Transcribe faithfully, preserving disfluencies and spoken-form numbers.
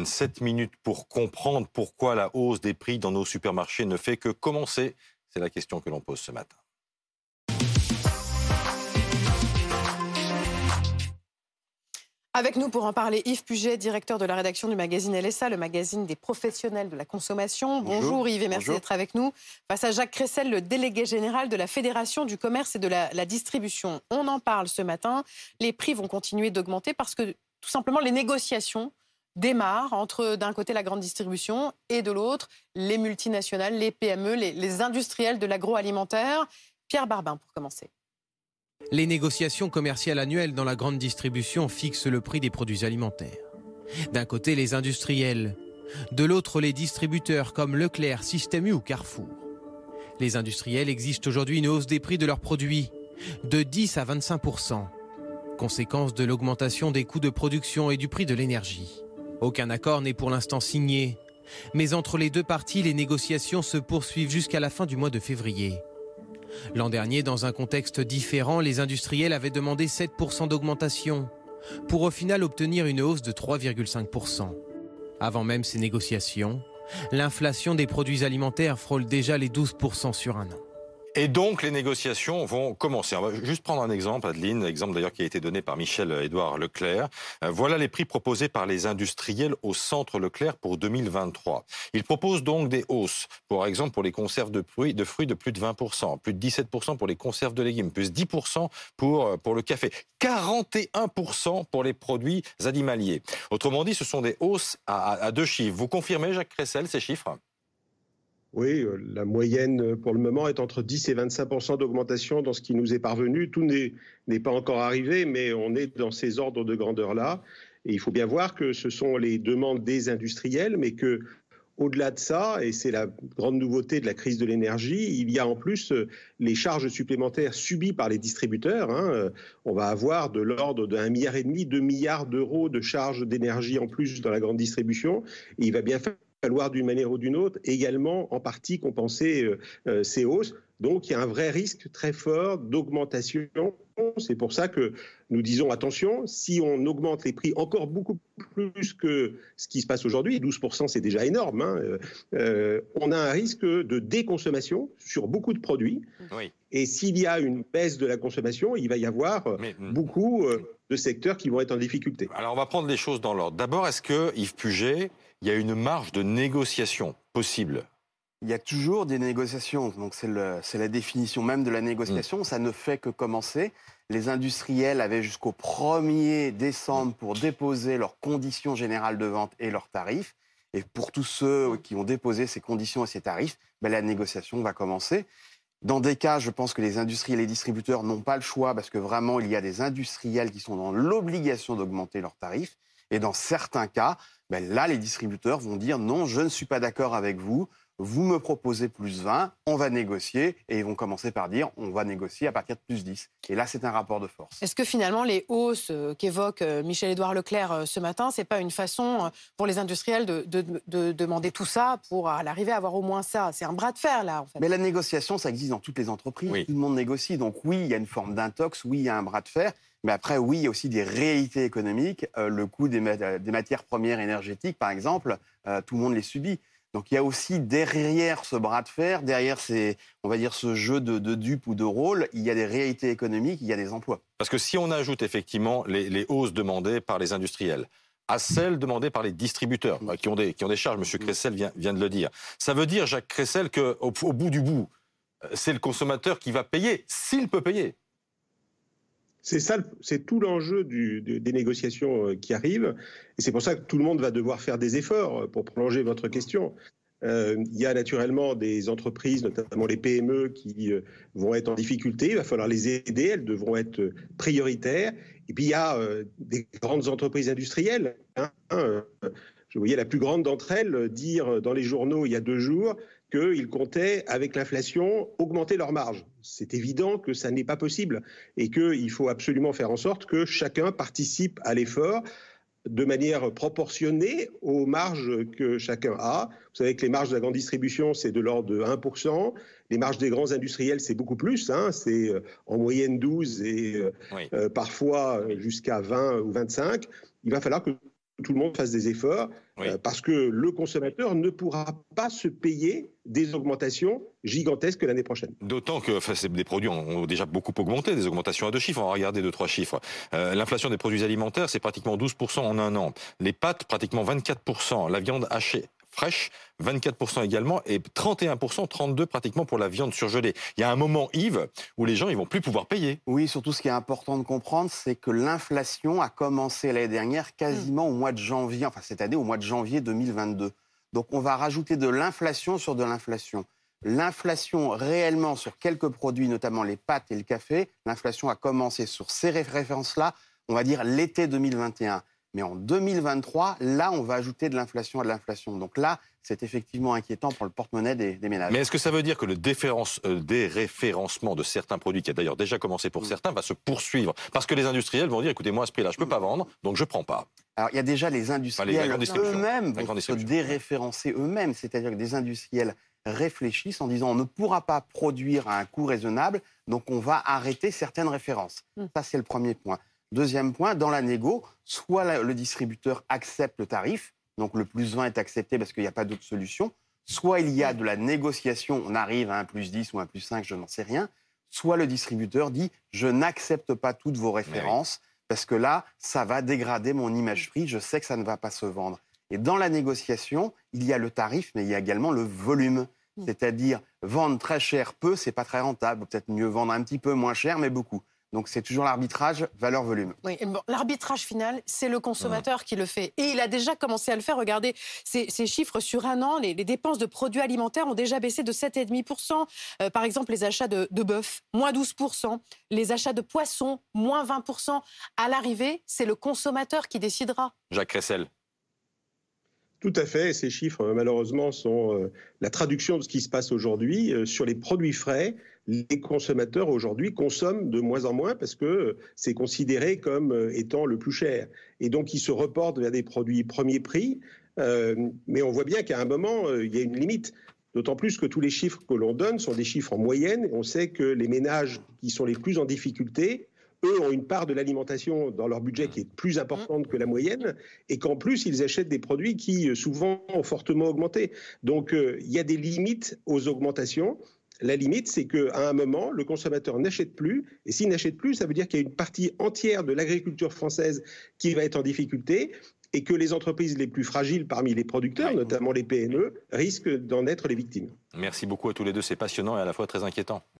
prenne sept minutes pour comprendre pourquoi la hausse des prix dans nos supermarchés ne fait que commencer. C'est la question que l'on pose ce matin. Avec nous pour en parler, Yves Puget, directeur de la rédaction du magazine L S A, le magazine des professionnels de la consommation. Bonjour, Bonjour Yves et merci d'être avec nous. Face à Jacques Cressel, le délégué général de la Fédération du commerce et de la, la distribution. On en parle ce matin. Les prix vont continuer d'augmenter parce que tout simplement les négociations démarrent entre d'un côté la grande distribution et de l'autre les multinationales, les P M E, les, les industriels de l'agroalimentaire. Pierre Barbin pour commencer. Les négociations commerciales annuelles dans la grande distribution fixent le prix des produits alimentaires. D'un côté, les industriels. De l'autre, les distributeurs comme Leclerc, Système U ou Carrefour. Les industriels exigent aujourd'hui une hausse des prix de leurs produits de dix à vingt-cinq pour cent. Conséquence de l'augmentation des coûts de production et du prix de l'énergie. Aucun accord n'est pour l'instant signé. Mais entre les deux parties, les négociations se poursuivent jusqu'à la fin du mois de février. L'an dernier, dans un contexte différent, les industriels avaient demandé sept pour cent d'augmentation, pour au final obtenir une hausse de trois virgule cinq pour cent. Avant même ces négociations, l'inflation des produits alimentaires frôle déjà les douze pour cent sur un an. Et donc, les négociations vont commencer. On va juste prendre un exemple, Adeline, exemple d'ailleurs qui a été donné par Michel-Édouard Leclerc. Euh, voilà les prix proposés par les industriels au centre Leclerc pour deux mille vingt-trois. Ils proposent donc des hausses, par exemple pour les conserves de fruits de, fruits de plus de vingt pour cent, plus de dix-sept pour cent pour les conserves de légumes, plus dix pour cent pour, pour le café, quarante et un pour cent pour les produits animaliers. Autrement dit, ce sont des hausses à, à, à deux chiffres. Vous confirmez, Jacques Cressel, ces chiffres ? Oui, la moyenne pour le moment est entre dix et vingt-cinq pour cent d'augmentation dans ce qui nous est parvenu. Tout n'est, n'est pas encore arrivé, mais on est dans ces ordres de grandeur-là. Et il faut bien voir que ce sont les demandes des industriels, mais que au-delà de ça, et c'est la grande nouveauté de la crise de l'énergie, il y a en plus les charges supplémentaires subies par les distributeurs. Hein. On va avoir de l'ordre d'un milliard et demi, deux milliards d'euros de charges d'énergie en plus dans la grande distribution. Et il va bien falloir d'une manière ou d'une autre également en partie compenser euh, euh, ces hausses. Donc il y a un vrai risque très fort d'augmentation. C'est pour ça que nous disons attention, si on augmente les prix encore beaucoup plus que ce qui se passe aujourd'hui, douze pour cent c'est déjà énorme, hein, euh, on a un risque de déconsommation sur beaucoup de produits. Oui. Et s'il y a une baisse de la consommation, il va y avoir Mais, beaucoup euh, de secteurs qui vont être en difficulté. Alors on va prendre les choses dans l'ordre. D'abord, est-ce que Yves Puget, il y a une marge de négociation possible ? Il y a toujours des négociations, donc c'est, le, c'est la définition même de la négociation, mmh. Ça ne fait que commencer. Les industriels avaient jusqu'au premier décembre pour déposer leurs conditions générales de vente et leurs tarifs. Et pour tous ceux qui ont déposé ces conditions et ces tarifs, ben la négociation va commencer. Dans des cas, je pense que les industriels et les distributeurs n'ont pas le choix parce que vraiment, il y a des industriels qui sont dans l'obligation d'augmenter leurs tarifs. Et dans certains cas, ben là, les distributeurs vont dire « Non, je ne suis pas d'accord avec vous. Vous me proposez plus vingt, on va négocier. » Et ils vont commencer par dire « On va négocier à partir de plus dix. » Et là, c'est un rapport de force. Est-ce que finalement, les hausses qu'évoque Michel-Édouard Leclerc ce matin, ce n'est pas une façon pour les industriels de, de, de, de demander tout ça pour à l'arrivée avoir au moins ça ? C'est un bras de fer, là, en fait. Mais la négociation, ça existe dans toutes les entreprises. Oui. Tout le monde négocie. Donc oui, il y a une forme d'intox, oui, il y a un bras de fer. Mais après, oui, il y a aussi des réalités économiques. Euh, le coût des, ma- des matières premières énergétiques, par exemple, euh, tout le monde les subit. Donc il y a aussi derrière ce bras de fer, derrière ces, on va dire ce jeu de, de dupes ou de rôles, il y a des réalités économiques, il y a des emplois. Parce que si on ajoute effectivement les, les hausses demandées par les industriels à celles demandées par les distributeurs, mmh. qui, ont des, qui ont des charges, M. Cressel vient, vient de le dire, ça veut dire, Jacques Cressel, qu'au au bout du bout, c'est le consommateur qui va payer, s'il peut payer. C'est ça, c'est tout l'enjeu du, du, des négociations qui arrivent. Et c'est pour ça que tout le monde va devoir faire des efforts pour prolonger votre question. Euh, il y a naturellement des entreprises, notamment les P M E, qui euh, vont être en difficulté. Il va falloir les aider, elles devront être prioritaires. Et puis il y a euh, des grandes entreprises industrielles. Hein, euh, je voyais la plus grande d'entre elles dire dans les journaux il y a deux jours qu'ils comptaient, avec l'inflation, augmenter leurs marges. C'est évident que ça n'est pas possible et qu'il faut absolument faire en sorte que chacun participe à l'effort de manière proportionnée aux marges que chacun a. Vous savez que les marges de la grande distribution, c'est de l'ordre de un pour cent. Les marges des grands industriels, c'est beaucoup plus. Hein. C'est en moyenne douze et oui. euh, parfois jusqu'à vingt ou vingt-cinq. Il va falloir que tout le monde fasse des efforts, oui. euh, parce que le consommateur ne pourra pas se payer des augmentations gigantesques l'année prochaine. D'autant que enfin, des produits ont déjà beaucoup augmenté, des augmentations à deux chiffres. On va regarder deux, trois chiffres. Euh, L'inflation des produits alimentaires, c'est pratiquement douze pour cent en un an. Les pâtes, pratiquement vingt-quatre pour cent. La viande hachée fraîche, vingt-quatre pour cent également, et trente et un pour cent, trente-deux pour cent pratiquement pour la viande surgelée. Il y a un moment, Yves, où les gens ils vont plus pouvoir payer. Oui, surtout ce qui est important de comprendre, c'est que l'inflation a commencé l'année dernière quasiment mmh. au mois de janvier, enfin cette année au mois de janvier deux mille vingt-deux. Donc on va rajouter de l'inflation sur de l'inflation. L'inflation réellement sur quelques produits, notamment les pâtes et le café, l'inflation a commencé sur ces références-là, on va dire l'été deux mille vingt et un. Mais en deux mille vingt-trois, là, on va ajouter de l'inflation à de l'inflation. Donc là, c'est effectivement inquiétant pour le porte-monnaie des, des ménages. Mais est-ce que ça veut dire que le déférence, euh, déréférencement de certains produits, qui a d'ailleurs déjà commencé pour mmh. certains, va se poursuivre? Parce que les industriels vont dire, écoutez, moi, à ce prix-là, je ne peux pas vendre, donc je ne prends pas. Alors, il y a déjà les industriels enfin, les, eux-mêmes vont se déréférencer eux-mêmes. C'est-à-dire que des industriels réfléchissent en disant, on ne pourra pas produire à un coût raisonnable, donc on va arrêter certaines références. Mmh. Ça, c'est le premier point. Deuxième point, dans la négo, soit le distributeur accepte le tarif, donc le plus vingt est accepté parce qu'il n'y a pas d'autre solution, soit il y a de la négociation, on arrive à un plus dix ou un plus cinq, je n'en sais rien, soit le distributeur dit « je n'accepte pas toutes vos références oui. parce que là, ça va dégrader mon image prix, je sais que ça ne va pas se vendre ». Et dans la négociation, il y a le tarif, mais il y a également le volume. C'est-à-dire, vendre très cher peu, c'est pas très rentable, peut-être mieux vendre un petit peu moins cher, mais beaucoup. Donc, c'est toujours l'arbitrage valeur-volume. Oui, bon, l'arbitrage final, c'est le consommateur mmh. qui le fait. Et il a déjà commencé à le faire. Regardez ces, ces chiffres sur un an. Les, les dépenses de produits alimentaires ont déjà baissé de sept virgule cinq pour cent. Euh, par exemple, les achats de, de bœuf, moins douze pour cent. Les achats de poissons, moins vingt pour cent. À l'arrivée, c'est le consommateur qui décidera. Jacques Cressel. Tout à fait. Ces chiffres, malheureusement, sont euh, la traduction de ce qui se passe aujourd'hui. Euh, sur les produits frais, les consommateurs, aujourd'hui, consomment de moins en moins parce que euh, c'est considéré comme euh, étant le plus cher. Et donc, ils se reportent vers des produits premier prix. Euh, mais on voit bien qu'à un moment, euh, il y a une limite. D'autant plus que tous les chiffres que l'on donne sont des chiffres en moyenne. On sait que les ménages qui sont les plus en difficulté, eux ont une part de l'alimentation dans leur budget qui est plus importante que la moyenne et qu'en plus, ils achètent des produits qui, souvent, ont fortement augmenté. Donc, euh, il y a des limites aux augmentations. La limite, c'est qu'à un moment, le consommateur n'achète plus. Et s'il n'achète plus, ça veut dire qu'il y a une partie entière de l'agriculture française qui va être en difficulté et que les entreprises les plus fragiles parmi les producteurs, notamment les P M E, risquent d'en être les victimes. Merci beaucoup à tous les deux. C'est passionnant et à la fois très inquiétant.